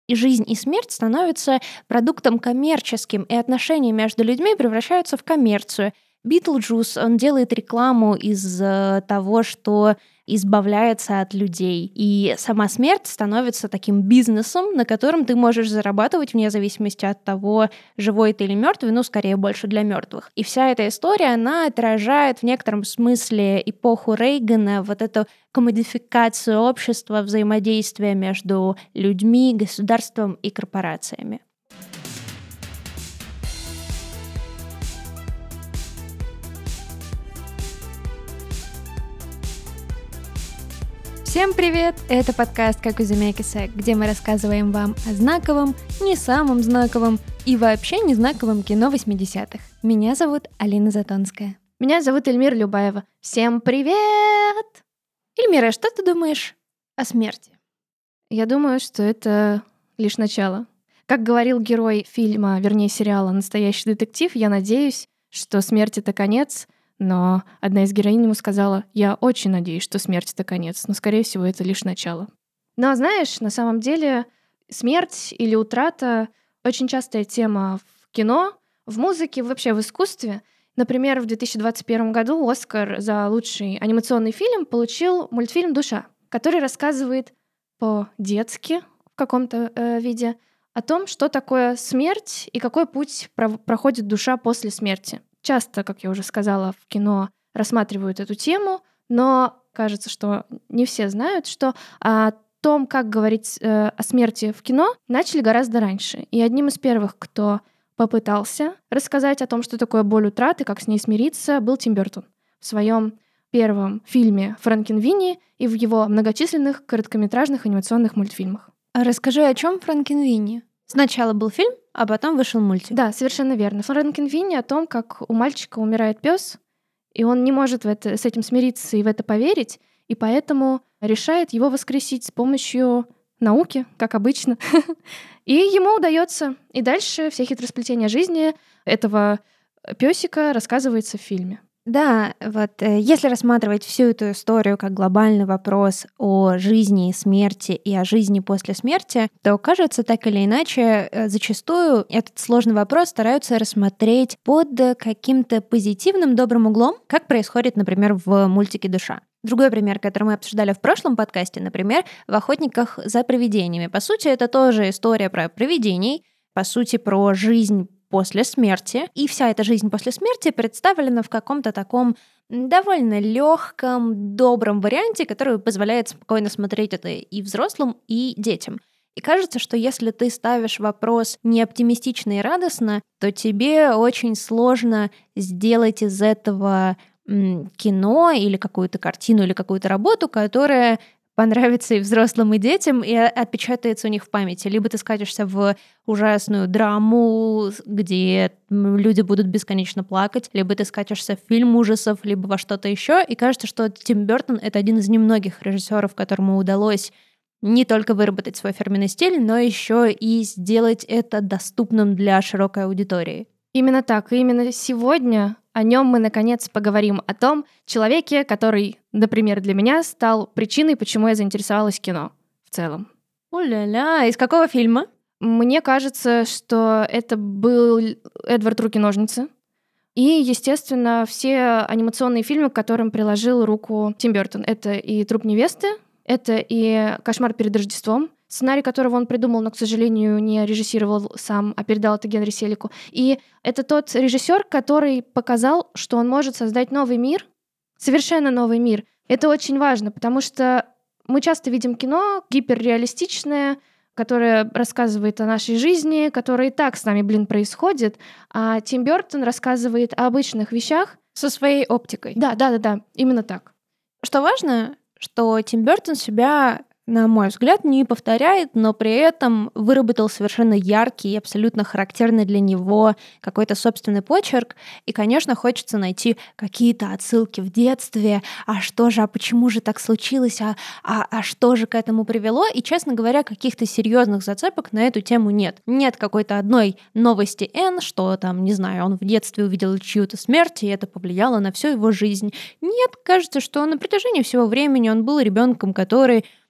и жизнь, и смерть становятся продуктом коммерческим, и отношения между людьми превращаются в коммерцию. Битлджус, он делает рекламу из того, что избавляется от людей. И сама смерть становится таким бизнесом, на котором ты можешь зарабатывать вне зависимости от того, живой ты или мертвый, ну, скорее, больше для мертвых. И вся эта история, она отражает в некотором смысле эпоху Рейгана, вот эту комодификацию общества, взаимодействия между людьми, государством и корпорациями. Всем привет! Это подкаст «Какузимякиса», где мы рассказываем вам о знаковом, не самом знаковом и вообще не знаковом кино 80-х. Меня зовут Алина Затонская. Меня зовут Эльмира Любаева. Всем привет! Эльмира, что ты думаешь о смерти? Я думаю, что это лишь начало. Как говорил герой фильма, вернее сериала «Настоящий детектив», я надеюсь, что смерть — это конец, но одна из героинь ему сказала: «Я очень надеюсь, что смерть — это конец, но, скорее всего, это лишь начало». Но, знаешь, на самом деле смерть или утрата — очень частая тема в кино, в музыке, вообще в искусстве. Например, в 2021 году «Оскар» за лучший анимационный фильм получил мультфильм «Душа», который рассказывает по-детски в каком-то виде о том, что такое смерть и какой путь проходит душа после смерти. Часто, как я уже сказала, в кино рассматривают эту тему, но кажется, что не все знают, что о том, как говорить о смерти в кино, начали гораздо раньше. И одним из первых, кто попытался рассказать о том, что такое боль утраты, как с ней смириться, был Тим Бёртон в своем первом фильме «Франкенвини» и в его многочисленных короткометражных анимационных мультфильмах. А расскажи, о чем Франкенвини? Сначала был фильм, а потом вышел мультик. Да, совершенно верно. Франкенвини о том, как у мальчика умирает пес, и он не может с этим смириться и в это поверить, и поэтому решает его воскресить с помощью науки, как обычно. И ему удается. И дальше все хитросплетения жизни этого песика рассказывается в фильме. Да, вот если рассматривать всю эту историю как глобальный вопрос о жизни и смерти и о жизни после смерти, то, кажется, так или иначе, зачастую этот сложный вопрос стараются рассмотреть под каким-то позитивным, добрым углом, как происходит, например, в мультике «Душа». Другой пример, который мы обсуждали в прошлом подкасте, например, в «Охотниках за привидениями». По сути, это тоже история про привидений, по сути, про жизнь после смерти. И вся эта жизнь после смерти представлена в каком-то таком довольно легком, добром варианте, который позволяет спокойно смотреть это и взрослым, и детям. И кажется, что если ты ставишь вопрос не оптимистично и радостно, то тебе очень сложно сделать из этого кино или какую-то картину или какую-то работу, которая понравится и взрослым, и детям, и отпечатается у них в памяти. Либо ты скатишься в ужасную драму, где люди будут бесконечно плакать, либо ты скатишься в фильм ужасов, либо во что-то еще. И кажется, что Тим Бёртон — это один из немногих режиссеров, которому удалось не только выработать свой фирменный стиль, но еще и сделать это доступным для широкой аудитории. Именно так. И именно сегодня о нем мы, наконец, поговорим о том человеке, который, например, для меня стал причиной, почему я заинтересовалась кино в целом. О-ля-ля, из какого фильма? Мне кажется, что это был Эдвард Руки-ножницы. И, естественно, все анимационные фильмы, к которым приложил руку Тим Бёртон. Это и «Труп невесты», это и «Кошмар перед Рождеством», сценарий которого он придумал, но, к сожалению, не режиссировал сам, а передал это Генри Селику. И это тот режиссер, который показал, что он может создать новый мир, совершенно новый мир. Это очень важно, потому что мы часто видим кино гиперреалистичное, которое рассказывает о нашей жизни, которое и так с нами, происходит, а Тим Бёртон рассказывает о обычных вещах со своей оптикой. Да, именно так. Что важно, что Тим Бёртон себя, на мой взгляд, не повторяет, но при этом выработал совершенно яркий и абсолютно характерный для него какой-то собственный почерк. И, конечно, хочется найти какие-то отсылки в детстве. А что же, а почему же так случилось? А что же к этому привело? И, честно говоря, каких-то серьезных зацепок на эту тему нет. Нет какой-то одной новости Н, что там, не знаю, он в детстве увидел чью-то смерть, и это повлияло на всю его жизнь. Нет, кажется, что на протяжении всего времени он был ребенком, который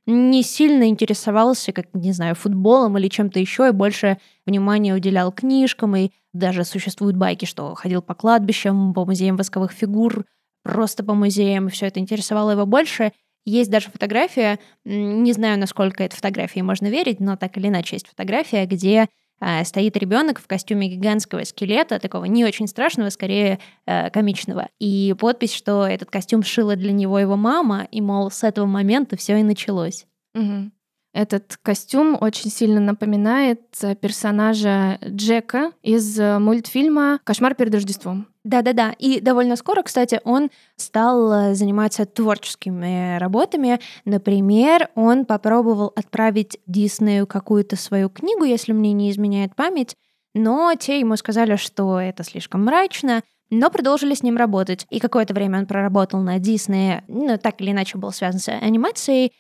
не сильно интересовался, как, не знаю, футболом или чем-то еще, и больше внимания уделял книжкам, и даже существуют байки, что ходил по кладбищам, по музеям восковых фигур, просто по музеям, и все это интересовало его больше. Есть даже фотография, не знаю, насколько этой фотографии можно верить, но так или иначе есть фотография, где стоит ребенок в костюме гигантского скелета, такого не очень страшного, скорее комичного. И подпись, что этот костюм сшила для него его мама, и, мол, с этого момента все и началось. Угу. Этот костюм очень сильно напоминает персонажа Джека из мультфильма «Кошмар перед Рождеством». Да-да-да. И довольно скоро, кстати, он стал заниматься творческими работами. Например, он попробовал отправить Диснею какую-то свою книгу, если мне не изменяет память, но те ему сказали, что это слишком мрачно, но продолжили с ним работать. И какое-то время он проработал на Диснее, так или иначе был связан с анимацией,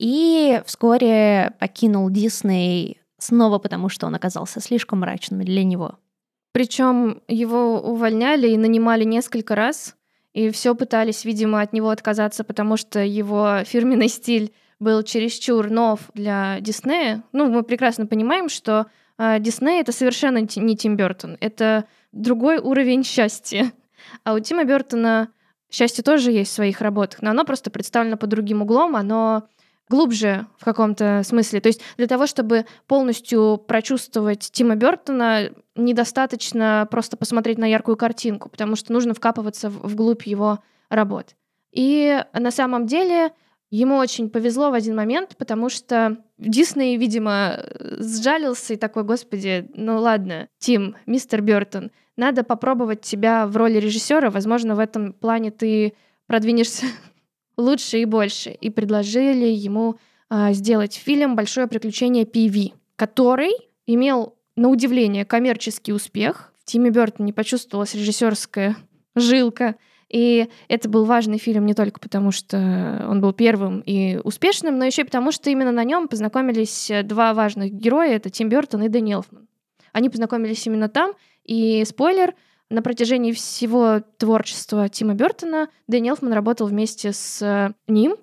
и вскоре покинул Дисней снова потому, что он оказался слишком мрачным для него. Причем его увольняли и нанимали несколько раз, и все пытались, видимо, от него отказаться, потому что его фирменный стиль был чересчур нов для Диснея. Мы прекрасно понимаем, что Дисней — это совершенно не Тим Бёртон, это другой уровень счастья. А у Тима Бёртона счастье тоже есть в своих работах, но оно просто представлено под другим углом, оно глубже в каком-то смысле. То есть для того, чтобы полностью прочувствовать Тима Бёртона, недостаточно просто посмотреть на яркую картинку, потому что нужно вкапываться вглубь его работ. И на самом деле ему очень повезло в один момент, потому что Дисней, видимо, сжалился и такой: господи, ладно, Тим, мистер Бёртон, надо попробовать тебя в роли режиссера, возможно, в этом плане ты продвинешься лучше и больше. И предложили ему сделать фильм «Большое приключение Пи-Ви», который имел, на удивление, коммерческий успех. В Тиме Бёртоне почувствовалась режиссерская жилка. И это был важный фильм не только потому, что он был первым и успешным, но еще и потому, что именно на нем познакомились два важных героя — это Тим Бёртон и Дэнни Элфман. Они познакомились именно там, и, спойлер, на протяжении всего творчества Тима Бёртона Дэнни Элфман работал вместе с ним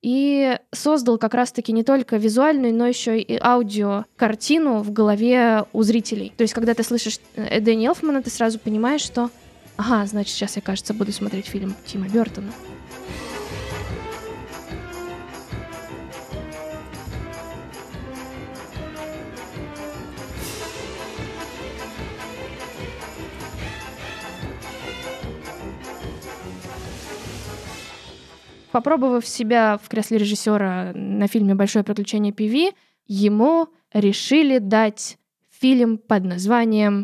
и создал как раз-таки не только визуальную, но еще и аудиокартину в голове у зрителей. То есть, когда ты слышишь Дэнни Элфмана, ты сразу понимаешь, что ага, значит, сейчас я, кажется, буду смотреть фильм Тима Бёртона. Попробовав себя в кресле режиссера на фильме «Большое приключение Пи-Ви», ему решили дать фильм под названием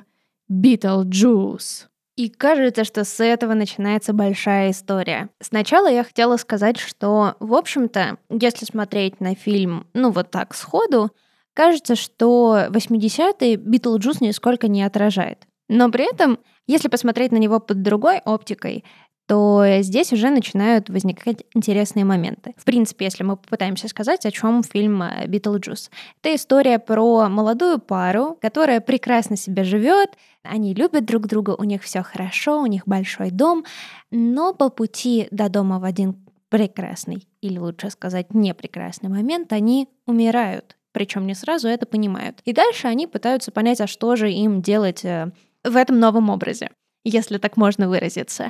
«Битлджус». И кажется, что с этого начинается большая история. Сначала я хотела сказать, что, в общем-то, если смотреть на фильм, вот так сходу, кажется, что 80-е Битлджус нисколько не отражает. Но при этом, если посмотреть на него под другой оптикой, то здесь уже начинают возникать интересные моменты. В принципе, если мы попытаемся сказать, о чем фильм «Битлджус». Это история про молодую пару, которая прекрасно себе живет, они любят друг друга, у них все хорошо, у них большой дом, но по пути до дома в один прекрасный, или лучше сказать, непрекрасный момент, они умирают. Причем не сразу это понимают. И дальше они пытаются понять, а что же им делать в этом новом образе, если так можно выразиться.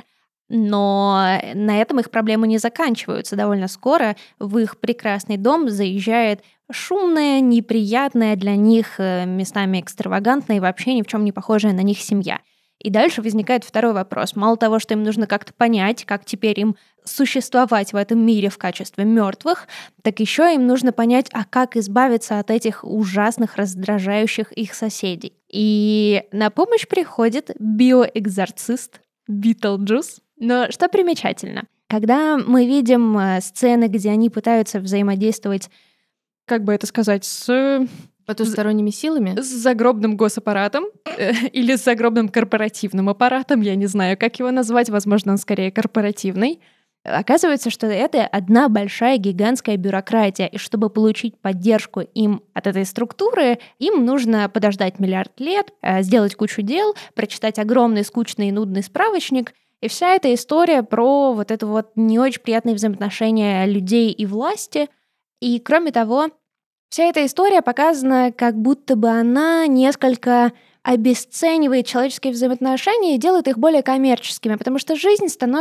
Но на этом их проблемы не заканчиваются. Довольно скоро в их прекрасный дом заезжает шумная, неприятная для них, местами экстравагантная и вообще ни в чем не похожая на них семья. И дальше возникает второй вопрос. Мало того, что им нужно как-то понять, как теперь им существовать в этом мире в качестве мертвых, так еще им нужно понять, а как избавиться от этих ужасных, раздражающих их соседей. И на помощь приходит биоэкзорцист Битлджус. Но что примечательно, когда мы видим сцены, где они пытаются взаимодействовать, как бы это сказать, с потусторонними силами? С загробным госаппаратом или с загробным корпоративным аппаратом, я не знаю, как его назвать, возможно, он скорее корпоративный. Оказывается, что это одна большая гигантская бюрократия, и чтобы получить поддержку им от этой структуры, им нужно подождать миллиард лет, сделать кучу дел, прочитать огромный, скучный и нудный справочник. И вся эта история про вот это вот не очень приятные взаимоотношения людей и власти, И кроме того, вся эта история показана, как будто бы она несколько обесценивает человеческие взаимоотношения и делает их более коммерческими, потому что жизнь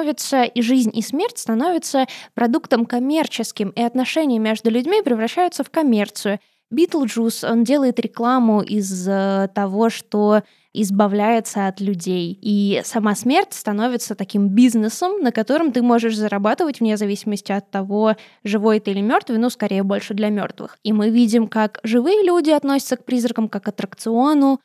и смерть становятся продуктом коммерческим, и отношения между людьми превращаются в коммерцию. Битлджус, он делает рекламу из того, что избавляется от людей. И сама смерть становится таким бизнесом, на котором ты можешь зарабатывать вне зависимости от того, живой ты или мертвый, скорее больше для мертвых. И мы видим, как живые люди относятся к призракам как к аттракциону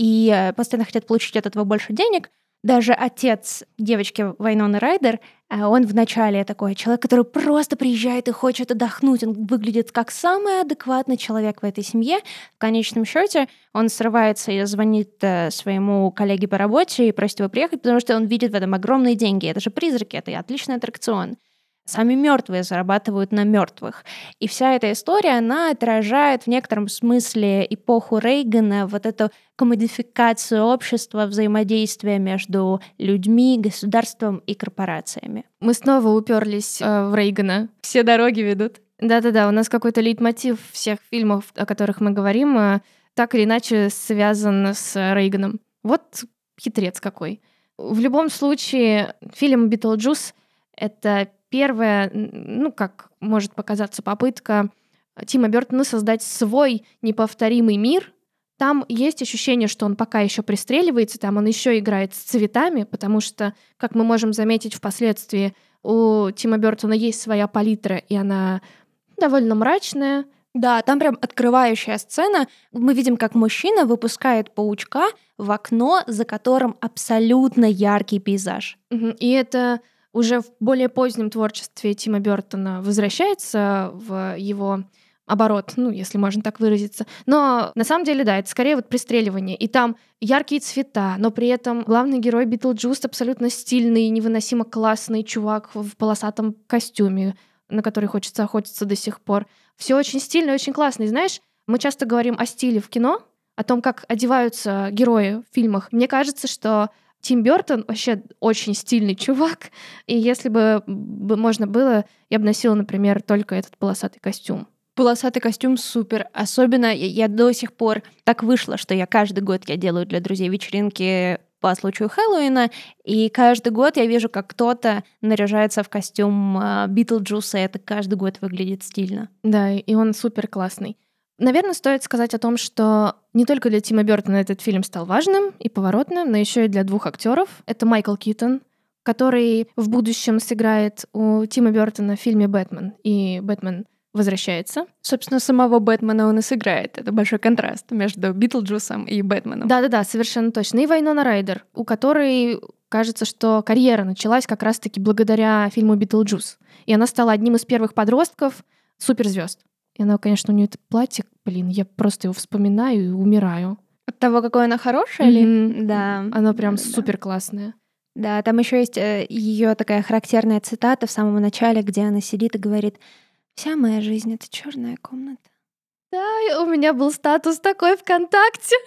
и постоянно хотят получить от этого больше денег. Даже отец девочки Вайноны Райдер, он вначале такой человек, который просто приезжает и хочет отдохнуть. Он выглядит как самый адекватный человек в этой семье. В конечном счете он срывается и звонит своему коллеге по работе и просит его приехать, потому что он видит в этом огромные деньги. Это же призраки, это отличный аттракцион. Сами мертвые зарабатывают на мертвых. И вся эта история, она отражает в некотором смысле эпоху Рейгана, вот эту комодификацию общества, взаимодействия между людьми, государством и корпорациями. Мы снова уперлись в Рейгана. Все дороги ведут. Да-да-да, у нас какой-то лейтмотив всех фильмов, о которых мы говорим, так или иначе связан с Рейганом. Вот хитрец какой. В любом случае, фильм «Битлджус» — это первая, как может показаться, попытка Тима Бёртона создать свой неповторимый мир. Там есть ощущение, что он пока еще пристреливается, там он еще играет с цветами, потому что, как мы можем заметить впоследствии, у Тима Бёртона есть своя палитра, и она довольно мрачная. Да, там прям открывающая сцена. Мы видим, как мужчина выпускает паучка в окно, за которым абсолютно яркий пейзаж. И это уже в более позднем творчестве Тима Бёртона возвращается в его оборот, если можно так выразиться. Но на самом деле, да, это скорее вот пристреливание. И там яркие цвета, но при этом главный герой Битлджус абсолютно стильный, невыносимо классный чувак в полосатом костюме, на который хочется охотиться до сих пор. Все очень стильно и очень классно. И знаешь, мы часто говорим о стиле в кино, о том, как одеваются герои в фильмах. Мне кажется, что Тим Бёртон вообще очень стильный чувак, и если бы можно было, я бы носила, например, только этот полосатый костюм. Полосатый костюм супер. Особенно я до сих пор так вышло, что каждый год я делаю для друзей вечеринки по случаю Хэллоуина, и каждый год я вижу, как кто-то наряжается в костюм Битлджуса, и это каждый год выглядит стильно. Да, и он супер классный. Наверное, стоит сказать о том, что не только для Тима Бёртона этот фильм стал важным и поворотным, но еще и для двух актеров. Это Майкл Китон, который в будущем сыграет у Тима Бёртона в фильме «Бэтмен», и «Бэтмен возвращается». Собственно, самого Бэтмена он и сыграет. Это большой контраст между Битлджусом и Бэтменом. Да-да-да, совершенно точно. И Вайнона Райдер, у которой кажется, что карьера началась как раз-таки благодаря фильму «Битлджус». И она стала одним из первых подростков суперзвезд. И она, конечно, у нее это платье, я просто его вспоминаю и умираю. От того, какое оно хорошее ли? Да. Оно прям супер классное. Да, там еще есть ее такая характерная цитата в самом начале, где она сидит и говорит: «Вся моя жизнь — это черная комната». Да, у меня был статус такой ВКонтакте.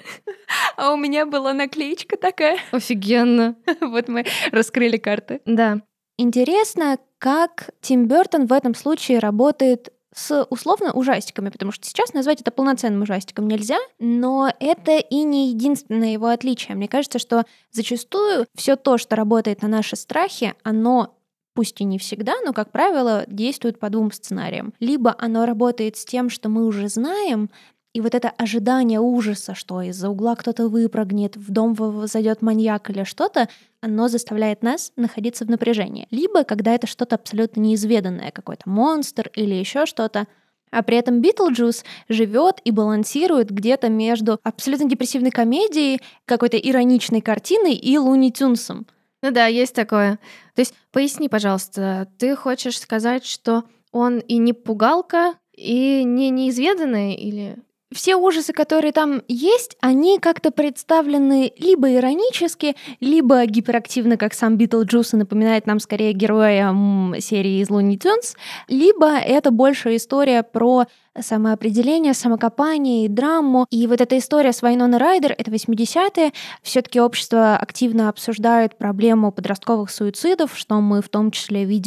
А у меня была наклеечка такая. Офигенно. Вот мы раскрыли карты. Да. Интересно, как Тим Бёртон в этом случае работает с условно ужастиками, потому что сейчас назвать это полноценным ужастиком нельзя, но это и не единственное его отличие. Мне кажется, что зачастую все то, что работает на наши страхи, оно, пусть и не всегда, но, как правило, действует по двум сценариям. Либо оно работает с тем, что мы уже знаем, и вот это ожидание ужаса, что из-за угла кто-то выпрыгнет, в дом зайдет маньяк или что-то, оно заставляет нас находиться в напряжении. Либо когда это что-то абсолютно неизведанное, какой-то монстр или еще что-то. А при этом Битлджус живет и балансирует где-то между абсолютно депрессивной комедией, какой-то ироничной картиной и Луни Тюнсом. Ну да, есть такое. То есть поясни, пожалуйста, ты хочешь сказать, что он и не пугалка, и не неизведанный, или... Все ужасы, которые там есть, они как-то представлены либо иронически, либо гиперактивно, как сам Битлджус, и напоминает нам скорее героя серии из Луни Тюнс, либо это больше история про самоопределение, самокопание и драму. И вот эта история с Вайноной Райдер, это 80-е, все-таки общество активно обсуждает проблему подростковых суицидов, что мы в том числе видим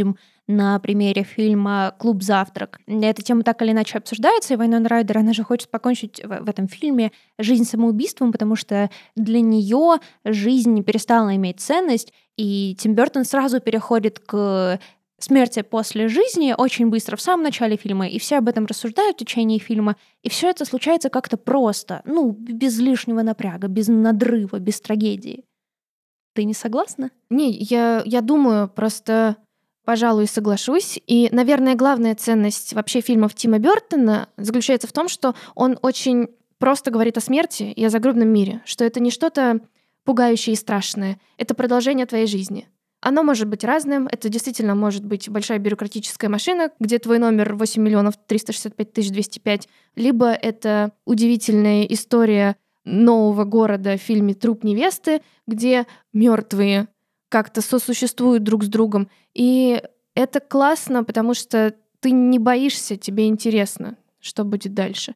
на примере фильма «Клуб завтрак». Эта тема так или иначе обсуждается, и Вайнона Райдер, она же хочет покончить в этом фильме жизнь самоубийством, потому что для нее жизнь перестала иметь ценность, и Тим Бёртон сразу переходит к смерти после жизни очень быстро, в самом начале фильма, и все об этом рассуждают в течение фильма, и все это случается как-то просто, без лишнего напряга, без надрыва, без трагедии. Ты не согласна? Не, я думаю, просто, пожалуй, соглашусь. И, наверное, главная ценность вообще фильмов Тима Бёртона заключается в том, что он очень просто говорит о смерти и о загробном мире, что это не что-то пугающее и страшное, это продолжение твоей жизни. Оно может быть разным, это действительно может быть большая бюрократическая машина, где твой номер 8 365 205, либо это удивительная история нового города в фильме «Труп невесты», где мертвые как-то сосуществуют друг с другом. И это классно, потому что ты не боишься, тебе интересно, что будет дальше.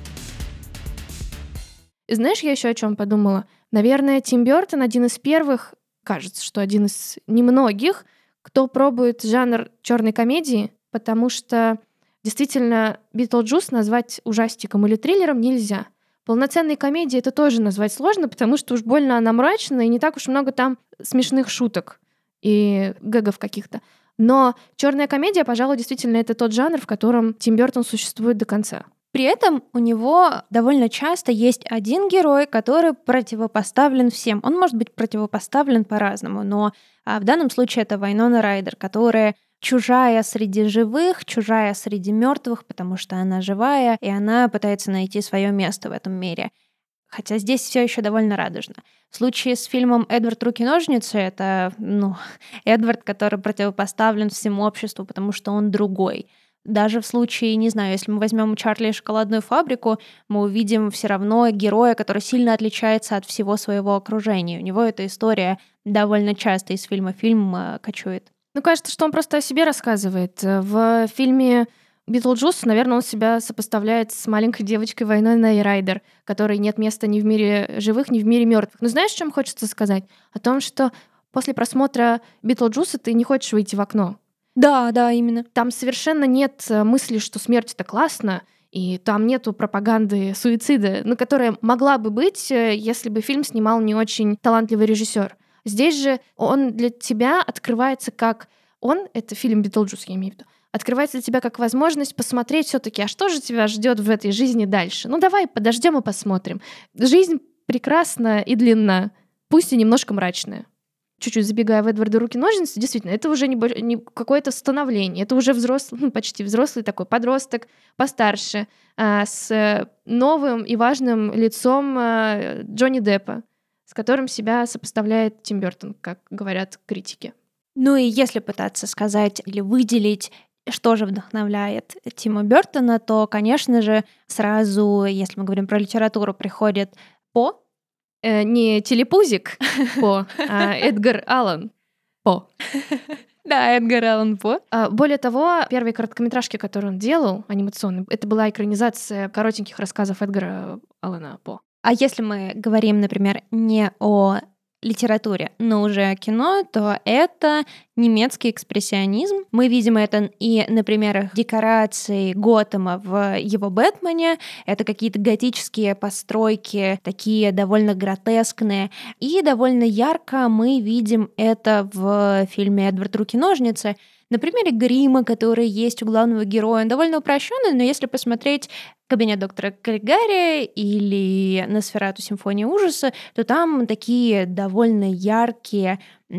И знаешь, я еще о чем подумала? Наверное, Тим Бёртон один из первых, кажется, что один из немногих, кто пробует жанр черной комедии, потому что действительно «Битлджус» назвать ужастиком или триллером нельзя. Полноценной комедией это тоже назвать сложно, потому что уж больно она мрачная, и не так уж много там смешных шуток и гэгов каких-то. Но черная комедия, пожалуй, действительно это тот жанр, в котором Тим Бёртон существует до конца. При этом у него довольно часто есть один герой, который противопоставлен всем. Он может быть противопоставлен по-разному, но в данном случае это Вайнона Райдер, которая чужая среди живых, чужая среди мертвых, потому что она живая, и она пытается найти свое место в этом мире. Хотя здесь все еще довольно радужно. В случае с фильмом «Эдвард. Руки-ножницы» это, Эдвард, который противопоставлен всему обществу, потому что он другой. Даже в случае, не знаю, если мы возьмем «Чарли и шоколадную фабрику», мы увидим все равно героя, который сильно отличается от всего своего окружения. У него эта история довольно часто из фильма в фильм кочует. Кажется, что он просто о себе рассказывает. В фильме «Битлджус», наверное, он себя сопоставляет с маленькой девочкой Вайноной Райдер, которой нет места ни в мире живых, ни в мире мертвых. Но знаешь, о чем хочется сказать? О том, что после просмотра «Битлджуса» ты не хочешь выйти в окно. Да, именно. Там совершенно нет мысли, что смерть — это классно, и там нету пропаганды суицида, которая могла бы быть, если бы фильм снимал не очень талантливый режиссер. Здесь же он для тебя открывается как... это фильм «Битлджус», я имею в виду, открывается для тебя как возможность посмотреть все-таки, а что же тебя ждет в этой жизни дальше? Давай подождем и посмотрим. Жизнь прекрасна и длинна, пусть и немножко мрачная. Чуть-чуть забегая в «Эдварда. Руки-ножницы», действительно, это уже не какое-то становление, это уже взрослый, почти взрослый такой подросток, постарше, с новым и важным лицом Джонни Деппа, с которым себя сопоставляет Тим Бёртон, как говорят критики. И если пытаться сказать или выделить, что же вдохновляет Тима Бёртона, то, конечно же, сразу, если мы говорим про литературу, приходит По. Не телепузик По, а Эдгар Аллан По. Да, Эдгар Аллан По. Более того, первые короткометражки, которые он делал, анимационные, это была экранизация коротеньких рассказов Эдгара Аллана По. А если мы говорим, например, не о литературе, но уже о кино, то это немецкий экспрессионизм. Мы видим это и на примерах декораций Готэма в его «Бэтмене». Это какие-то готические постройки, такие довольно гротескные. И довольно ярко мы видим это в фильме «Эдвард. Руки-ножницы». На примере грима, который есть у главного героя, он довольно упрощенный, но если посмотреть «Кабинет доктора Каллигари» или «Носферату. Симфония ужаса», то там такие довольно яркие,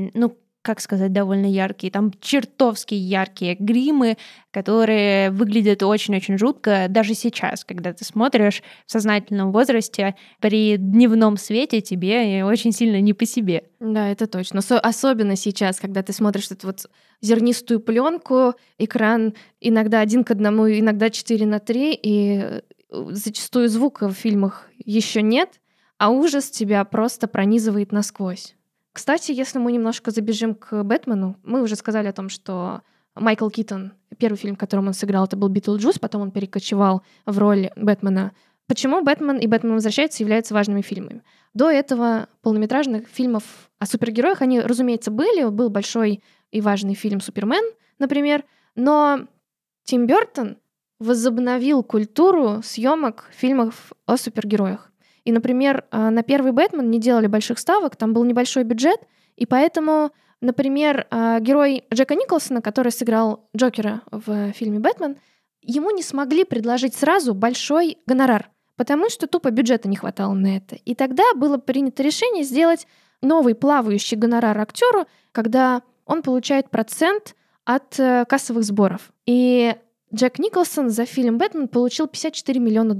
довольно яркие, там чертовски яркие гримы, которые выглядят очень-очень жутко даже сейчас, когда ты смотришь в сознательном возрасте, при дневном свете тебе очень сильно не по себе. Да, это точно. Особенно сейчас, когда ты смотришь эту зернистую пленку, экран иногда 1:1, иногда 4:3, и зачастую звука в фильмах еще нет, а ужас тебя просто пронизывает насквозь. Кстати, если мы немножко забежим к «Бэтмену», мы уже сказали о том, что Майкл Китон, первый фильм, в котором он сыграл, это был «Битлджус», потом он перекочевал в роль Бэтмена. Почему «Бэтмен» и «Бэтмен возвращается» являются важными фильмами? До этого полнометражных фильмов о супергероях, они, разумеется, были. Был большой и важный фильм «Супермен» например. Но Тим Бёртон возобновил культуру съемок фильмов о супергероях. И, например, на первый «Бэтмен» не делали больших ставок, там был небольшой бюджет, и поэтому, например, герой Джека Николсона, который сыграл Джокера в фильме «Бэтмен», ему не смогли предложить сразу большой гонорар, потому что тупо бюджета не хватало на это. И тогда было принято решение сделать новый плавающий гонорар актеру, когда он получает процент от кассовых сборов. И Джек Николсон за фильм «Бэтмен» получил $54 миллиона.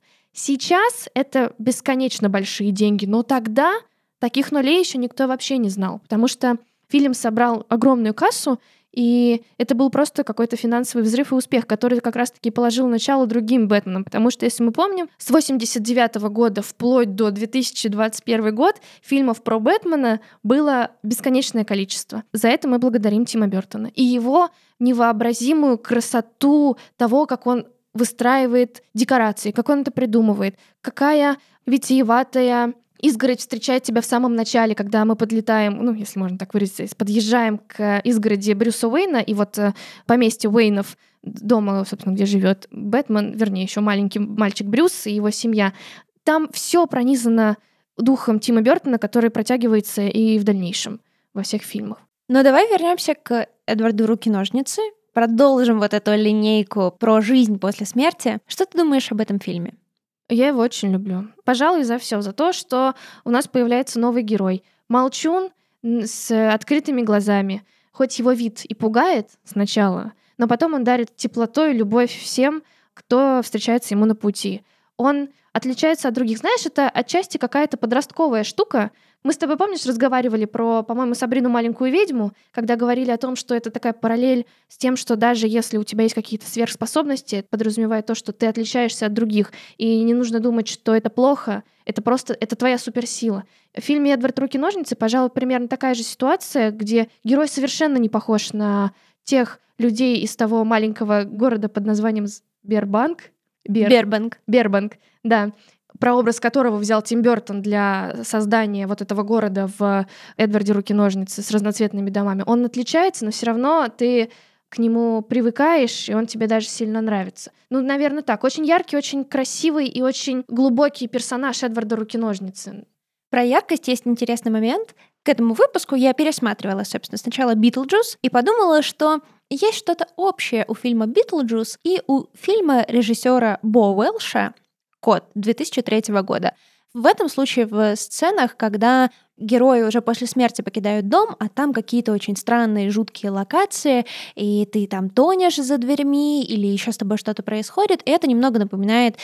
Сейчас это бесконечно большие деньги, но тогда таких нулей еще никто вообще не знал, потому что фильм собрал огромную кассу, и это был просто какой-то финансовый взрыв и успех, который как раз-таки положил начало другим «Бэтменам», потому что, если мы помним, с 1989 года вплоть до 2021 год фильмов про Бэтмена было бесконечное количество. За это мы благодарим Тима Бёртона и его невообразимую красоту того, как он выстраивает декорации, как он это придумывает, какая витиеватая изгородь встречает тебя в самом начале, когда мы подлетаем, если можно так выразиться, подъезжаем к изгороди Брюса Уэйна, и вот поместье Уэйнов, дома, собственно, где живет Бэтмен, вернее, еще маленький мальчик Брюс и его семья. Там все пронизано духом Тима Бёртона, который протягивается и в дальнейшем во всех фильмах. Но давай вернемся к Эдварду Руки-ножницы, продолжим вот эту линейку про жизнь после смерти. Что ты думаешь об этом фильме? Я его очень люблю. Пожалуй, за все. За то, что у нас появляется новый герой. Молчун с открытыми глазами. Хоть его вид и пугает сначала, но потом он дарит теплотой и любовь всем, кто встречается ему на пути. Он отличается от других. Знаешь, это отчасти какая-то подростковая штука. Мы с тобой, помнишь, разговаривали про, по-моему, «Сабрину маленькую ведьму», когда говорили о том, что это такая параллель с тем, что даже если у тебя есть какие-то сверхспособности, это подразумевает то, что ты отличаешься от других, и не нужно думать, что это плохо, это просто это твоя суперсила. В фильме «Эдвард Руки-ножницы», пожалуй, примерно такая же ситуация, где герой совершенно не похож на тех людей из того маленького города под названием Бербанк, да, прообраз которого взял Тим Бёртон для создания вот этого города в «Эдварде Руки-ножницы» с разноцветными домами. Он отличается, но все равно ты к нему привыкаешь, и он тебе даже сильно нравится. Наверное, так. Очень яркий, очень красивый и очень глубокий персонаж Эдварда Руки-ножницы. Про яркость есть интересный момент. К этому выпуску я пересматривала, собственно, сначала «Битлджус» и подумала, что есть что-то общее у фильма «Битлджус» и у фильма режиссера Бо Уэлша «Кот» 2003 года. В этом случае в сценах, когда герои уже после смерти покидают дом, а там какие-то очень странные, жуткие локации, и ты там тонешь за дверьми, или еще с тобой что-то происходит, и это немного напоминает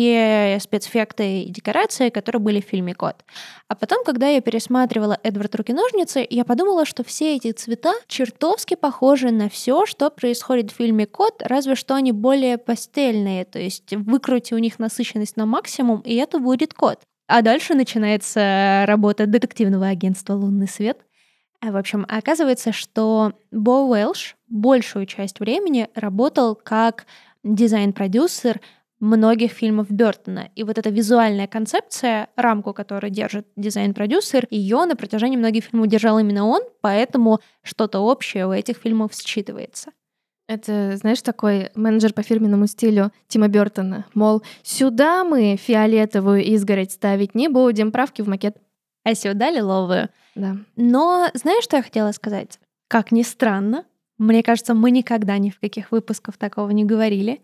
те спецэффекты и декорации, которые были в фильме «Кот». А потом, когда я пересматривала «Эдвард Руки-ножницы», я подумала, что все эти цвета чертовски похожи на все, что происходит в фильме «Кот», разве что они более пастельные, то есть выкрути у них насыщенность на максимум, и это будет «Кот». А дальше начинается работа детективного агентства «Лунный свет». В общем, оказывается, что Бо Уэлш большую часть времени работал как дизайн-продюсер многих фильмов Бёртона. И вот эта визуальная концепция, рамку, которую держит дизайн-продюсер, ее на протяжении многих фильмов держал именно он, поэтому что-то общее у этих фильмов считывается. Это, знаешь, такой менеджер по фирменному стилю Тима Бёртона. Мол, сюда мы фиолетовую изгородь ставить не будем, правки в макет. А сюда лиловую. Да. Но знаешь, что я хотела сказать? Как ни странно, мне кажется, мы никогда ни в каких выпусках такого не говорили,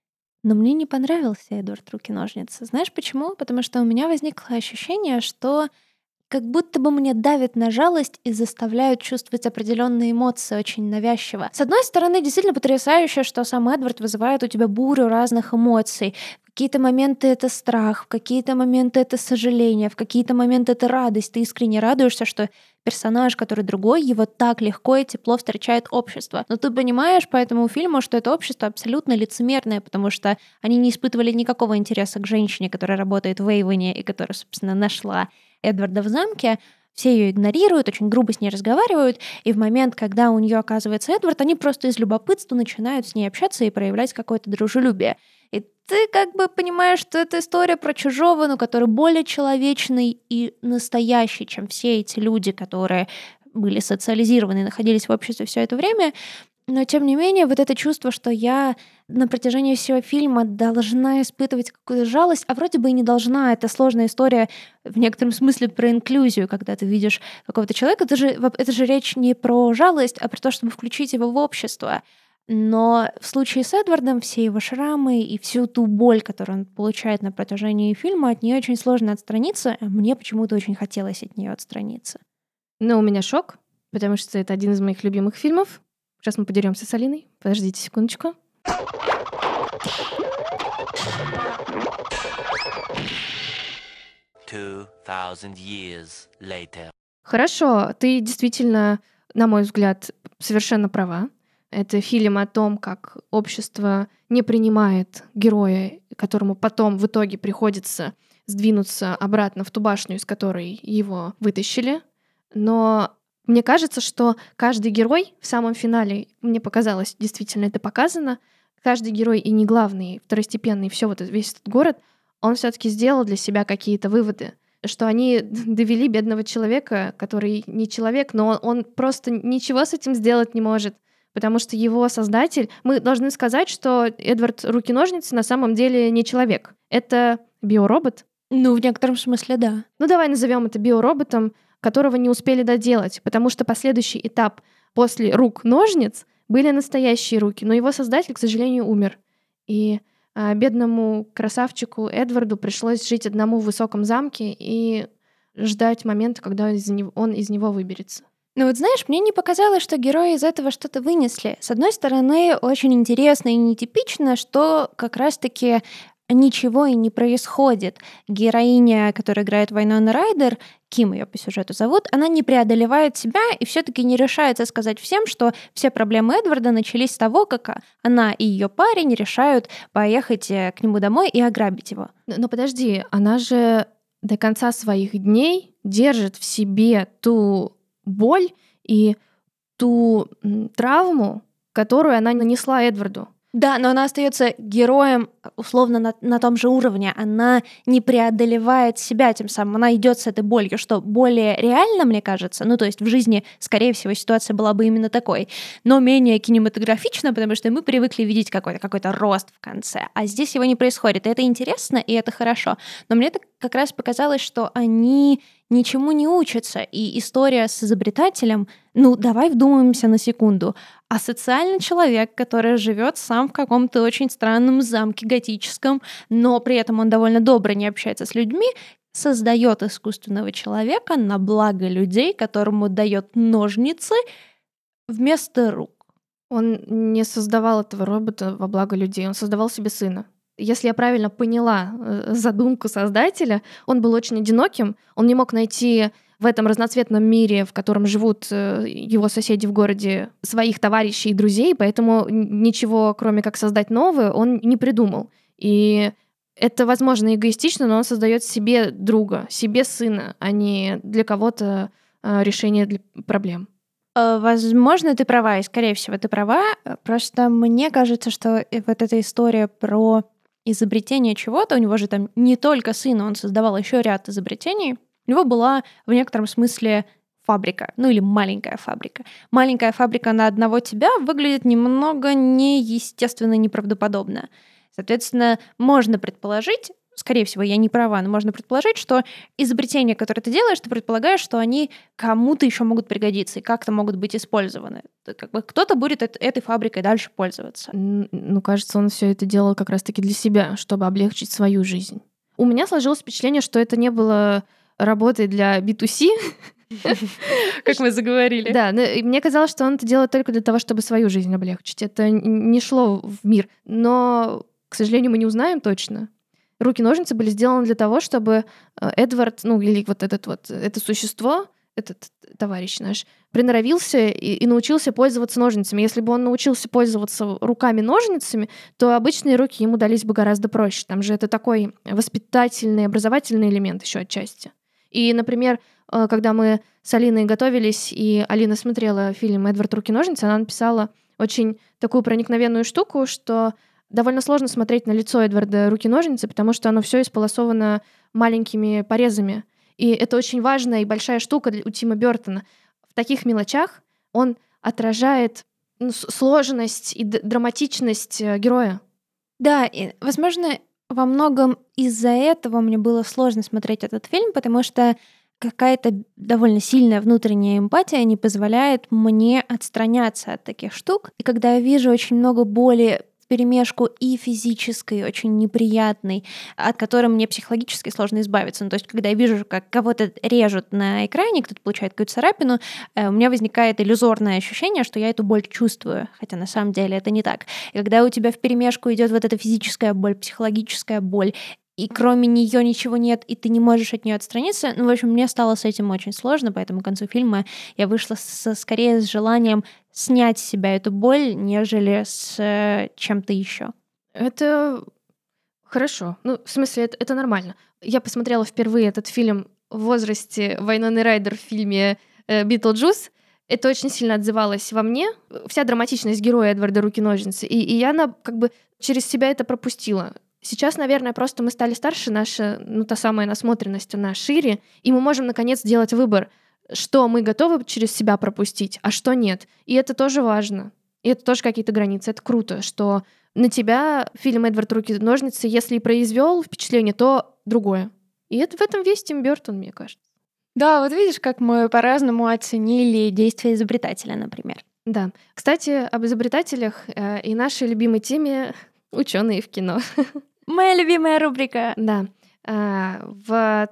но мне не понравился Эдвард Руки-ножницы. Знаешь почему? Потому что у меня возникло ощущение, что как будто бы мне давят на жалость и заставляют чувствовать определенные эмоции очень навязчиво. С одной стороны, действительно потрясающе, что сам Эдвард вызывает у тебя бурю разных эмоций. В какие-то моменты это страх, в какие-то моменты это сожаление, в какие-то моменты это радость. Ты искренне радуешься, что персонаж, который другой, его так легко и тепло встречает общество. Но ты понимаешь по этому фильму, что это общество абсолютно лицемерное, потому что они не испытывали никакого интереса к женщине, которая работает в Эйвоне и которая, собственно, нашла Эдварда в замке. Все ее игнорируют, очень грубо с ней разговаривают, и в момент, когда у нее оказывается Эдвард, они просто из любопытства начинают с ней общаться и проявлять какое-то дружелюбие. И ты как бы понимаешь, что это история про чужого, но который более человечный и настоящий, чем все эти люди, которые были социализированы и находились в обществе все это время. Но, тем не менее, вот это чувство, что я на протяжении всего фильма должна испытывать какую-то жалость, а вроде бы и не должна. Это сложная история в некотором смысле про инклюзию, когда ты видишь какого-то человека. Это же речь не про жалость, а про то, чтобы включить его в общество. Но в случае с Эдвардом все его шрамы и всю ту боль, которую он получает на протяжении фильма, от нее очень сложно отстраниться. А мне почему-то очень хотелось от нее отстраниться. Но у меня шок, потому что это один из моих любимых фильмов. Сейчас мы подеремся с Алиной. Подождите секундочку. 2000 years later. Хорошо, ты действительно, на мой взгляд, совершенно права. Это фильм о том, как общество не принимает героя, которому потом в итоге приходится сдвинуться обратно в ту башню, из которой его вытащили. Но мне кажется, что каждый герой в самом финале, мне показалось, действительно это показано, каждый герой и не главный, второстепенный, весь этот город, он все-таки сделал для себя какие-то выводы, что они довели бедного человека, который не человек, но он просто ничего с этим сделать не может, потому что его создатель... Мы должны сказать, что Эдвард Руки-ножницы на самом деле не человек. Это биоробот. Ну, в некотором смысле, да. Ну, давай назовем это биороботом, которого не успели доделать, потому что последующий этап после рук-ножниц были настоящие руки, но его создатель, к сожалению, умер. И бедному красавчику Эдварду пришлось жить одному в высоком замке и ждать момента, когда он из него выберется. Ну вот знаешь, мне не показалось, что герои из этого что-то вынесли. С одной стороны, очень интересно и нетипично, что как раз-таки ничего и не происходит. Героиня, которая играет Вайнона Райдер, Ким ее по сюжету зовут, она не преодолевает себя и все-таки не решается сказать всем, что все проблемы Эдварда начались с того, как она и ее парень решают поехать к нему домой и ограбить его. Но подожди, она же до конца своих дней держит в себе ту боль и ту травму, которую она нанесла Эдварду. Да, но она остается героем условно на том же уровне. Она не преодолевает себя тем самым. Она идет с этой болью, что более реально, мне кажется. Ну, то есть в жизни, скорее всего, ситуация была бы именно такой, но менее кинематографично, потому что мы привыкли видеть какой-то рост в конце. А здесь его не происходит. И это интересно, и это хорошо. Но мне так как раз показалось, что они ничему не учатся. И история с изобретателем, ну, давай вдумаемся на секунду. Асоциальный человек, который живет сам в каком-то очень странном замке готическом, но при этом он довольно добро не общается с людьми, создает искусственного человека на благо людей, которому дает ножницы вместо рук. Он не создавал этого робота во благо людей, он создавал себе сына. Если я правильно поняла задумку создателя, он был очень одиноким, он не мог найти в этом разноцветном мире, в котором живут его соседи в городе, своих товарищей и друзей, поэтому ничего, кроме как создать новое, он не придумал. И это, возможно, эгоистично, но он создает себе друга, себе сына, а не для кого-то решение для проблем. Возможно, ты права, и, скорее всего, ты права. Просто мне кажется, что вот эта история про изобретение чего-то, у него же там не только сын, он создавал еще ряд изобретений. У него была в некотором смысле фабрика, ну или маленькая фабрика. Маленькая фабрика на одного тебя выглядит немного неестественно, неправдоподобно. Соответственно, можно предположить, скорее всего, я не права, но можно предположить, что изобретения, которые ты делаешь, ты предполагаешь, что они кому-то еще могут пригодиться и как-то могут быть использованы. Как бы кто-то будет этой фабрикой дальше пользоваться. Ну, кажется, он все это делал как раз-таки для себя, чтобы облегчить свою жизнь. У меня сложилось впечатление, что это не было работой для B2C. Как мы заговорили. Да, и мне казалось, что он это делает только для того, чтобы свою жизнь облегчить. Это не шло в мир. Но, к сожалению, мы не узнаем точно. Руки-ножницы были сделаны для того, чтобы Эдвард, ну или это существо, этот товарищ наш, приноровился и научился пользоваться ножницами. Если бы он научился пользоваться руками-ножницами, то обычные руки ему дались бы гораздо проще. Там же это такой воспитательный, образовательный элемент еще отчасти. И, например, когда мы с Алиной готовились, и Алина смотрела фильм «Эдвард. Руки-ножницы», она написала очень такую проникновенную штуку, что довольно сложно смотреть на лицо Эдварда Руки-ножницы, потому что оно все исполосовано маленькими порезами. И это очень важная и большая штука у Тима Бёртона. В таких мелочах он отражает сложность и драматичность героя. Да, и, возможно, во многом из-за этого мне было сложно смотреть этот фильм, потому что какая-то довольно сильная внутренняя эмпатия не позволяет мне отстраняться от таких штук. И когда я вижу очень много боли вперемешку и физической, очень неприятной, от которой мне психологически сложно избавиться. Ну, то есть, когда я вижу, как кого-то режут на экране, кто-то получает какую-то царапину, у меня возникает иллюзорное ощущение, что я эту боль чувствую, хотя на самом деле это не так. И когда у тебя вперемешку идет вот эта физическая боль, психологическая боль, и кроме нее ничего нет, и ты не можешь от нее отстраниться. Ну, в общем, мне стало с этим очень сложно, поэтому к концу фильма я вышла скорее с желанием снять с себя эту боль, нежели с чем-то еще. Это хорошо. Ну, в смысле, это нормально. Я посмотрела впервые этот фильм в возрасте Вайноны Райдер в фильме «Битлджус». Это очень сильно отзывалось во мне. Вся драматичность героя Эдварда Руки-ножницы. И я как бы через себя это пропустила. Сейчас, наверное, просто мы стали старше, наша, та самая насмотренность, она шире, и мы можем, наконец, сделать выбор, что мы готовы через себя пропустить, а что нет. И это тоже важно. И это тоже какие-то границы. Это круто, что на тебя фильм «Эдвард Руки-ножницы», если и произвел впечатление, то другое. И это в этом весь Тим Бёртон, мне кажется. Да, вот видишь, как мы по-разному оценили действия изобретателя, например. Да. Кстати, об изобретателях и нашей любимой теме «Ученые в кино». Моя любимая рубрика. Да. В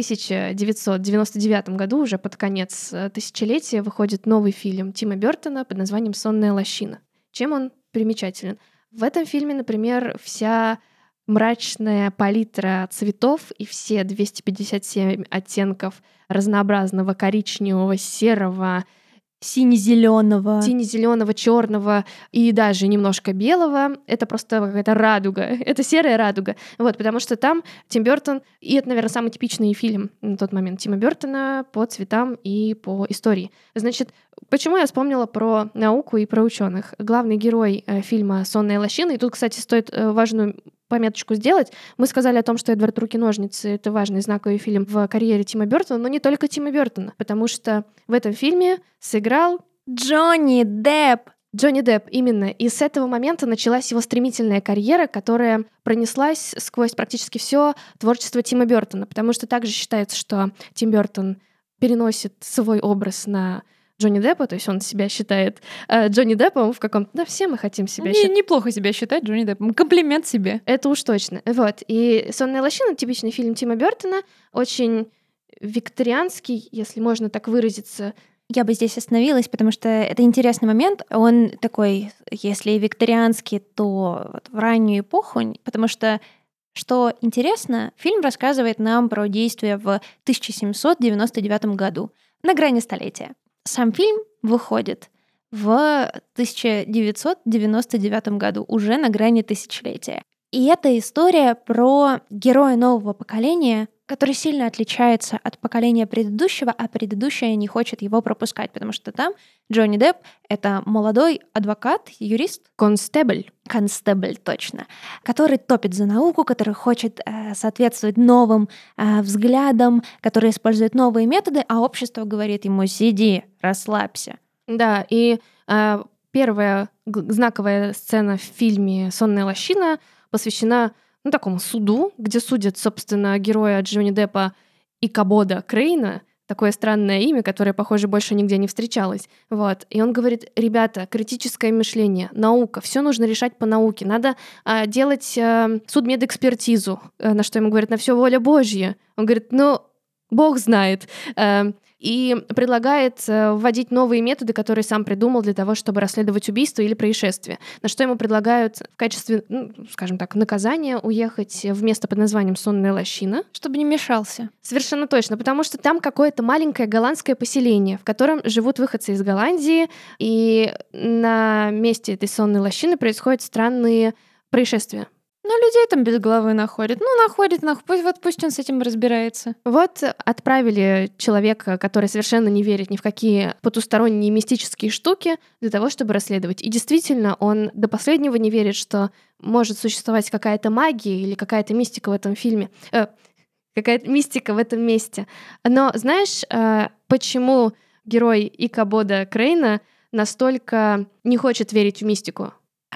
1999 году, уже под конец тысячелетия, выходит новый фильм Тима Бёртона под названием «Сонная лощина». Чем он примечателен? В этом фильме, например, вся мрачная палитра цветов и все 257 оттенков разнообразного коричневого, серого, сине-зеленого, черного и даже немножко белого. Это просто какая-то радуга. Это серая радуга. Вот, потому что там Тим Бёртон, и это, наверное, самый типичный фильм на тот момент Тима Бёртона по цветам и по истории. Значит, почему я вспомнила про науку и про ученых? Главный герой фильма «Сонная лощина», и тут, кстати, стоит важную пометочку сделать. Мы сказали о том, что «Эдвард Руки-ножницы» — это важный знаковый фильм в карьере Тима Бёртона, но не только Тима Бёртона, потому что в этом фильме сыграл Джонни Депп. Джонни Депп, именно. И с этого момента началась его стремительная карьера, которая пронеслась сквозь практически все творчество Тима Бёртона, потому что также считается, что Тим Бёртон переносит свой образ на Джонни Деппа, то есть он себя считает Джонни Деппом в каком-то... Да, все мы хотим себя считать. Неплохо себя считать Джонни Деппом. Комплимент себе. Это уж точно. Вот. И «Сонная лощина» — типичный фильм Тима Бёртона, очень викторианский, если можно так выразиться. Я бы здесь остановилась, потому что это интересный момент. Он такой, если викторианский, то вот в раннюю эпоху, потому что, что интересно, фильм рассказывает нам про действия в 1799 году, на грани столетия. Сам фильм выходит в 1999 году, уже на грани тысячелетия. И это история про героя нового поколения, который сильно отличается от поколения предыдущего, а предыдущее не хочет его пропускать, потому что там Джонни Депп — это молодой адвокат, юрист. Констебль, точно. Который топит за науку, который хочет соответствовать новым взглядам, который использует новые методы, а общество говорит ему: сиди, расслабься. Да, и первая знаковая сцена в фильме «Сонная лощина» посвящена такому суду, где судят, собственно, героя Джонни Деппа Икабода Крейна, такое странное имя, которое, похоже, больше нигде не встречалось. Вот. И он говорит: ребята, критическое мышление, наука, все нужно решать по науке, надо делать судмедэкспертизу, на что ему говорят: на все воля Божья. Он говорит: Бог знает. И предлагает вводить новые методы, которые сам придумал для того, чтобы расследовать убийство или происшествие. На что ему предлагают в качестве, скажем так, наказания уехать в место под названием «Сонная лощина». Чтобы не мешался. Совершенно точно, потому что там какое-то маленькое голландское поселение, в котором живут выходцы из Голландии, и на месте этой сонной лощины происходят странные происшествия. Людей там без головы находят. Находит, пусть он с этим разбирается. Вот отправили человека, который совершенно не верит ни в какие потусторонние мистические штуки, для того, чтобы расследовать. И действительно, он до последнего не верит, что может существовать какая-то магия или какая-то мистика в этом фильме. Какая-то мистика в этом месте. Но знаешь, почему герой Икабода Крейна настолько не хочет верить в мистику?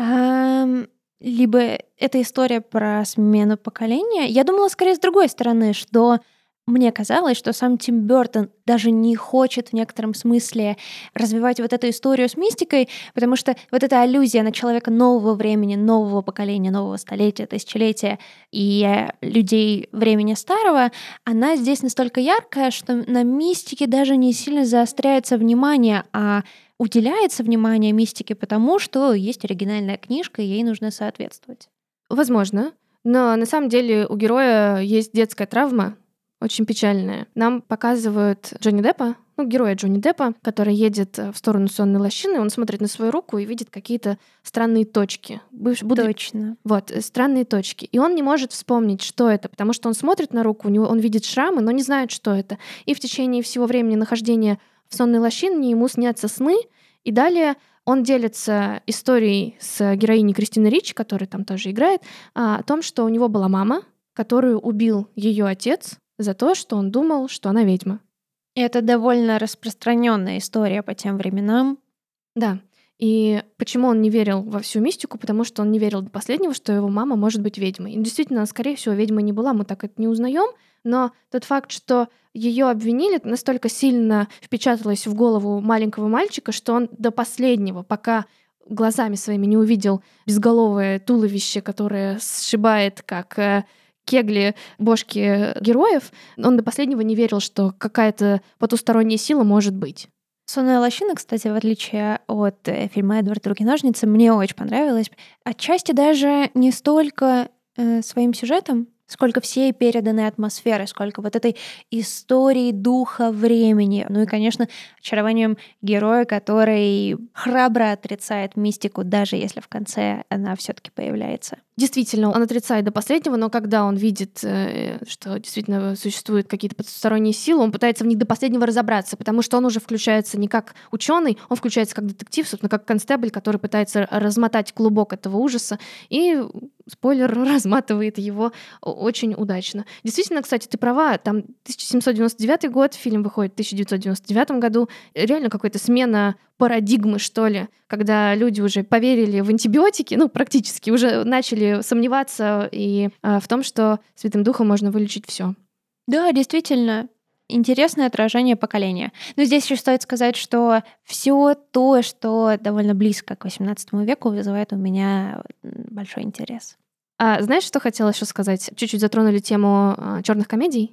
Либо это история про смену поколения. Я думала скорее с другой стороны, что мне казалось, что сам Тим Бёртон даже не хочет в некотором смысле развивать вот эту историю с мистикой, потому что вот эта аллюзия на человека нового времени, нового поколения, нового столетия, тысячелетия и людей времени старого, она здесь настолько яркая, что на мистике даже не сильно заостряется внимание, а уделяется внимание мистике, потому что есть оригинальная книжка, и ей нужно соответствовать. Возможно. Но на самом деле у героя есть детская травма, очень печальная. Нам показывают Джонни Деппа, героя Джонни Деппа, который едет в сторону сонной лощины, он смотрит на свою руку и видит какие-то странные точки. Точно. Вот, странные точки. И он не может вспомнить, что это, потому что он смотрит на руку, он видит шрамы, но не знает, что это. И в течение всего времени нахождения в сонной лощине ему снятся сны, и далее он делится историей с героиней Кристины Ричи, которая там тоже играет, о том, что у него была мама, которую убил ее отец за то, что он думал, что она ведьма. Это довольно распространенная история по тем временам. Да. И почему он не верил во всю мистику? Потому что он не верил до последнего, что его мама может быть ведьмой. И действительно, скорее всего, ведьмой не была, мы так это не узнаем. Но тот факт, что ее обвинили, настолько сильно впечаталось в голову маленького мальчика, что он до последнего, пока глазами своими не увидел безголовое туловище, которое сшибает как кегли бошки героев, он до последнего не верил, что какая-то потусторонняя сила может быть. «Сонная лощина», кстати, в отличие от фильма «Эдвард. Руки-ножницы», мне очень понравилась. Отчасти даже не столько своим сюжетом, сколько всей переданной атмосферы, сколько вот этой истории духа времени. Ну и, конечно, очарованием героя, который храбро отрицает мистику, даже если в конце она все-таки появляется. Действительно, он отрицает до последнего, но когда он видит, что действительно существуют какие-то потусторонние силы, он пытается в них до последнего разобраться, потому что он уже включается не как ученый, он включается как детектив, собственно, как констебль, который пытается размотать клубок этого ужаса, и, спойлер, разматывает его очень удачно. Действительно, кстати, ты права, там 1799 год, фильм выходит в 1999 году, реально какая-то смена парадигмы, что ли, когда люди уже поверили в антибиотики, практически уже начали сомневаться и в том, что Святым Духом можно вылечить все. Да, действительно, интересное отражение поколения. Но здесь еще стоит сказать, что все то, что довольно близко к XVIII веку, вызывает у меня большой интерес. А знаешь, что хотела еще сказать? Чуть-чуть затронули тему черных комедий,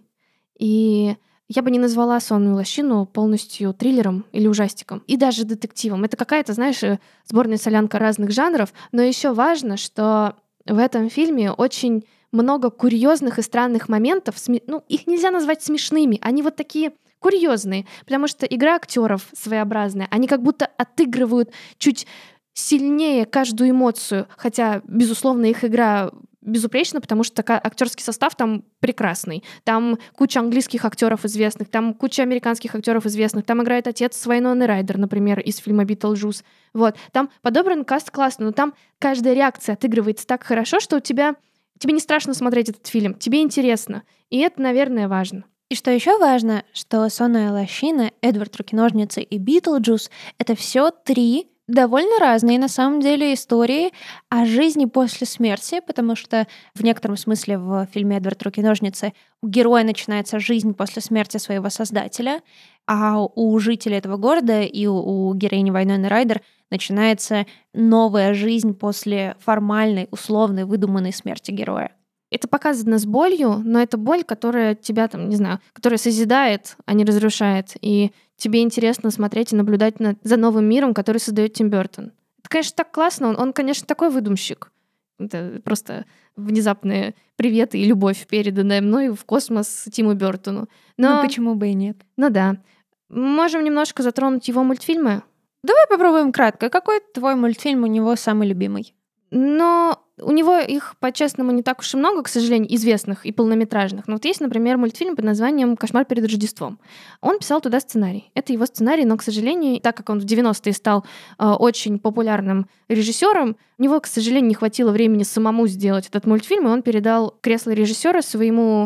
и я бы не назвала «Сонную лощину» полностью триллером или ужастиком, и даже детективом. Это какая-то, знаешь, сборная солянка разных жанров, но еще важно, что в этом фильме очень много курьезных и странных моментов. Их нельзя назвать смешными, они вот такие курьезные, потому что игра актеров своеобразная, они как будто отыгрывают чуть сильнее каждую эмоцию, хотя, безусловно, их игра безупречно, потому что актерский состав там прекрасный. Там куча английских актеров известных, там куча американских актеров известных. Там играет отец Вайноны Райдер, например, из фильма «Битлджус». Вот. Там подобран каст классно, но там каждая реакция отыгрывается так хорошо, что тебе не страшно смотреть этот фильм, тебе интересно. И это, наверное, важно. И что еще важно, что «Сонная лощина», «Эдвард. Руки-ножницы» и «Битлджус» — это все три довольно разные, на самом деле, истории о жизни после смерти, потому что в некотором смысле в фильме «Эдвард. Руки-ножницы» у героя начинается жизнь после смерти своего создателя, а у жителей этого города и у героини Вайноны Райдер начинается новая жизнь после формальной, условной, выдуманной смерти героя. Это показано с болью, но это боль, которая тебя, которая созидает, а не разрушает. И тебе интересно смотреть и наблюдать за новым миром, который создает Тим Бёртон. Это, конечно, так классно. Он, конечно, такой выдумщик. Это просто внезапные приветы и любовь, переданная мной в космос Тиму Бёртону. Но почему бы и нет? Ну да. Можем немножко затронуть его мультфильмы. Давай попробуем кратко. Какой твой мультфильм у него самый любимый? Но у него их, по-честному, не так уж и много, к сожалению, известных и полнометражных. Но вот есть, например, мультфильм под названием «Кошмар перед Рождеством». Он писал туда сценарий. Это его сценарий, но, к сожалению, так как он в 90-е стал очень популярным режиссером, у него, к сожалению, не хватило времени самому сделать этот мультфильм, и он передал кресло режиссера своему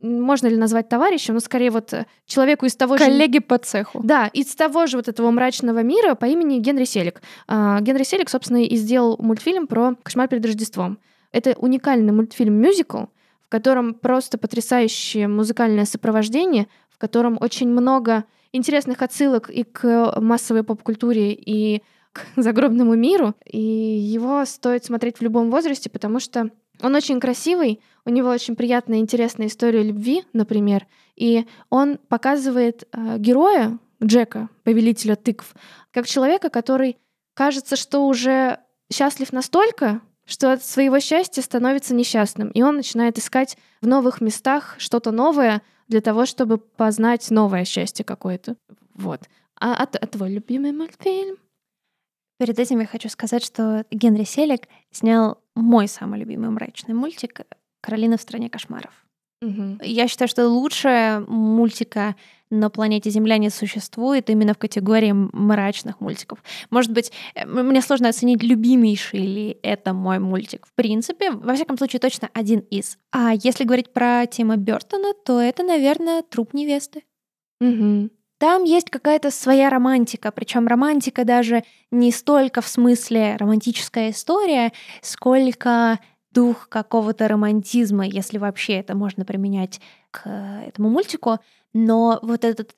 можно ли назвать товарищем, но скорее вот человеку из того же... Коллеги по цеху. Да, из того же вот этого мрачного мира по имени Генри Селик. Генри Селик, собственно, и сделал мультфильм про «Кошмар перед Рождеством». Это уникальный мультфильм-мюзикл, в котором просто потрясающее музыкальное сопровождение, в котором очень много интересных отсылок и к массовой поп-культуре, и к загробному миру. И его стоит смотреть в любом возрасте, потому что он очень красивый, у него очень приятная и интересная история любви, например, и он показывает героя Джека, повелителя тыкв, как человека, который кажется, что уже счастлив настолько, что от своего счастья становится несчастным, и он начинает искать в новых местах что-то новое для того, чтобы познать новое счастье какое-то. Вот. А твой любимый мультфильм? Перед этим я хочу сказать, что Генри Селик снял мой самый любимый мрачный мультик «Каролина в стране кошмаров». Угу. Я считаю, что лучше мультика на планете Земля не существует именно в категории мрачных мультиков. Может быть, мне сложно оценить, любимейший ли это мой мультик. В принципе, во всяком случае, точно один из. А если говорить про Тима Бёртона, то это, наверное, «Труп невесты». Угу. Там есть какая-то своя романтика, причем романтика даже не столько в смысле романтическая история, сколько дух какого-то романтизма, если вообще это можно применять к этому мультику. Но вот этот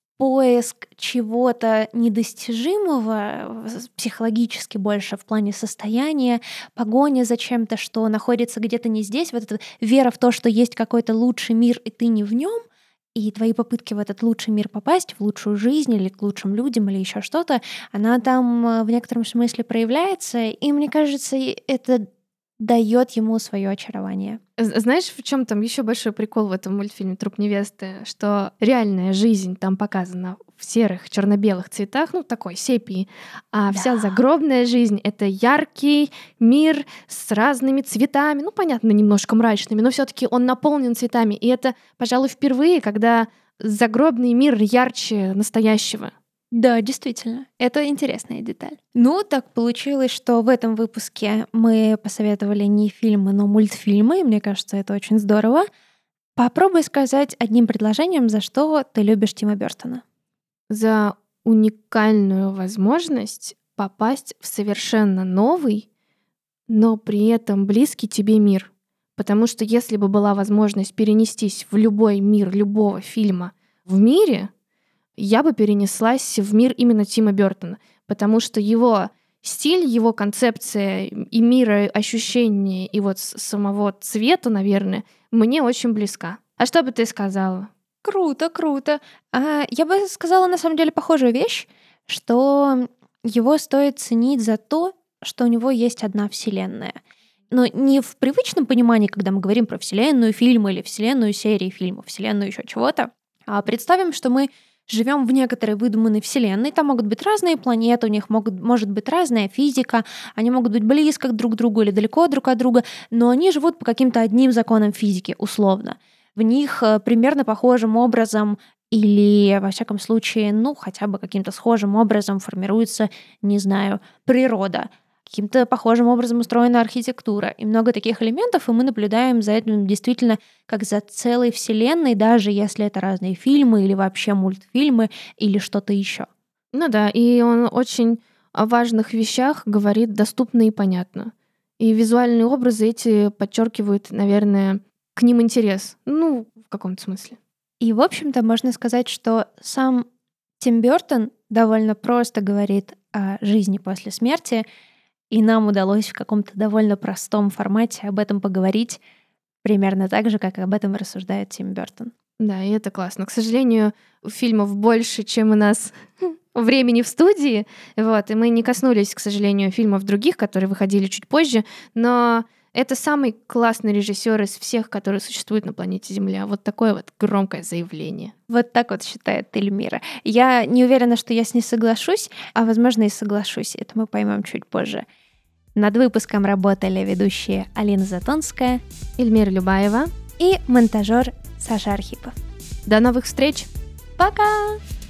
поиск чего-то недостижимого, психологически больше в плане состояния, погоня за чем-то, что находится где-то не здесь, вот эта вера в то, что есть какой-то лучший мир, и ты не в нем, и твои попытки в этот лучший мир попасть, в лучшую жизнь или к лучшим людям, или еще что-то, она там в некотором смысле проявляется, и мне кажется, это дает ему свое очарование. Знаешь, в чем там еще большой прикол в этом мультфильме «Труп невесты», что реальная жизнь там показана в серых, черно-белых цветах, ну, такой сепии, а вся загробная жизнь — это яркий мир с разными цветами, ну, понятно, немножко мрачными, но все-таки он наполнен цветами, и это, пожалуй, впервые, когда загробный мир ярче настоящего. Да, действительно, это интересная деталь. Ну, так получилось, что в этом выпуске мы посоветовали не фильмы, но мультфильмы, и мне кажется, это очень здорово. Попробуй сказать одним предложением, за что ты любишь Тима Бёртона. За уникальную возможность попасть в совершенно новый, но при этом близкий тебе мир. Потому что если бы была возможность перенестись в любой мир любого фильма в мире, я бы перенеслась в мир именно Тима Бёртона, потому что его стиль, его концепция и мироощущение, и вот самого цвета, наверное, мне очень близка. А что бы ты сказала? Круто, круто. Я бы сказала, на самом деле, похожую вещь, что его стоит ценить за то, что у него есть одна вселенная. Но не в привычном понимании, когда мы говорим про вселенную фильма или вселенную серии фильмов, вселенную еще чего-то, а представим, что мы живем в некоторой выдуманной вселенной, там могут быть разные планеты, у них может быть разная физика, они могут быть близко друг к другу или далеко друг от друга, но они живут по каким-то одним законам физики, условно. В них примерно похожим образом или, во всяком случае, ну, хотя бы каким-то схожим образом формируется, не знаю, природа. Каким-то похожим образом устроена архитектура. И много таких элементов, и мы наблюдаем за этим действительно как за целой вселенной, даже если это разные фильмы или вообще мультфильмы или что-то еще. Ну да, и он очень о важных вещах говорит доступно и понятно. И визуальные образы эти подчеркивают, наверное, к ним интерес. Ну, в каком-то смысле. И, в общем-то, можно сказать, что сам Тим Бёртон довольно просто говорит о жизни после смерти, и нам удалось в каком-то довольно простом формате об этом поговорить, примерно так же, как об этом рассуждает Тим Бёртон. Да, и это классно. К сожалению, фильмов больше, чем у нас времени в студии, вот, и мы не коснулись, к сожалению, фильмов других, которые выходили чуть позже, но это самый классный режиссер из всех, которые существуют на планете Земля. Вот такое вот громкое заявление. Вот так вот считает Эльмира. Я не уверена, что я с ней соглашусь, а, возможно, и соглашусь. Это мы поймем чуть позже. Над выпуском работали ведущие Алина Затонская, Эльмира Любаева и монтажер Саша Архипов. До новых встреч! Пока!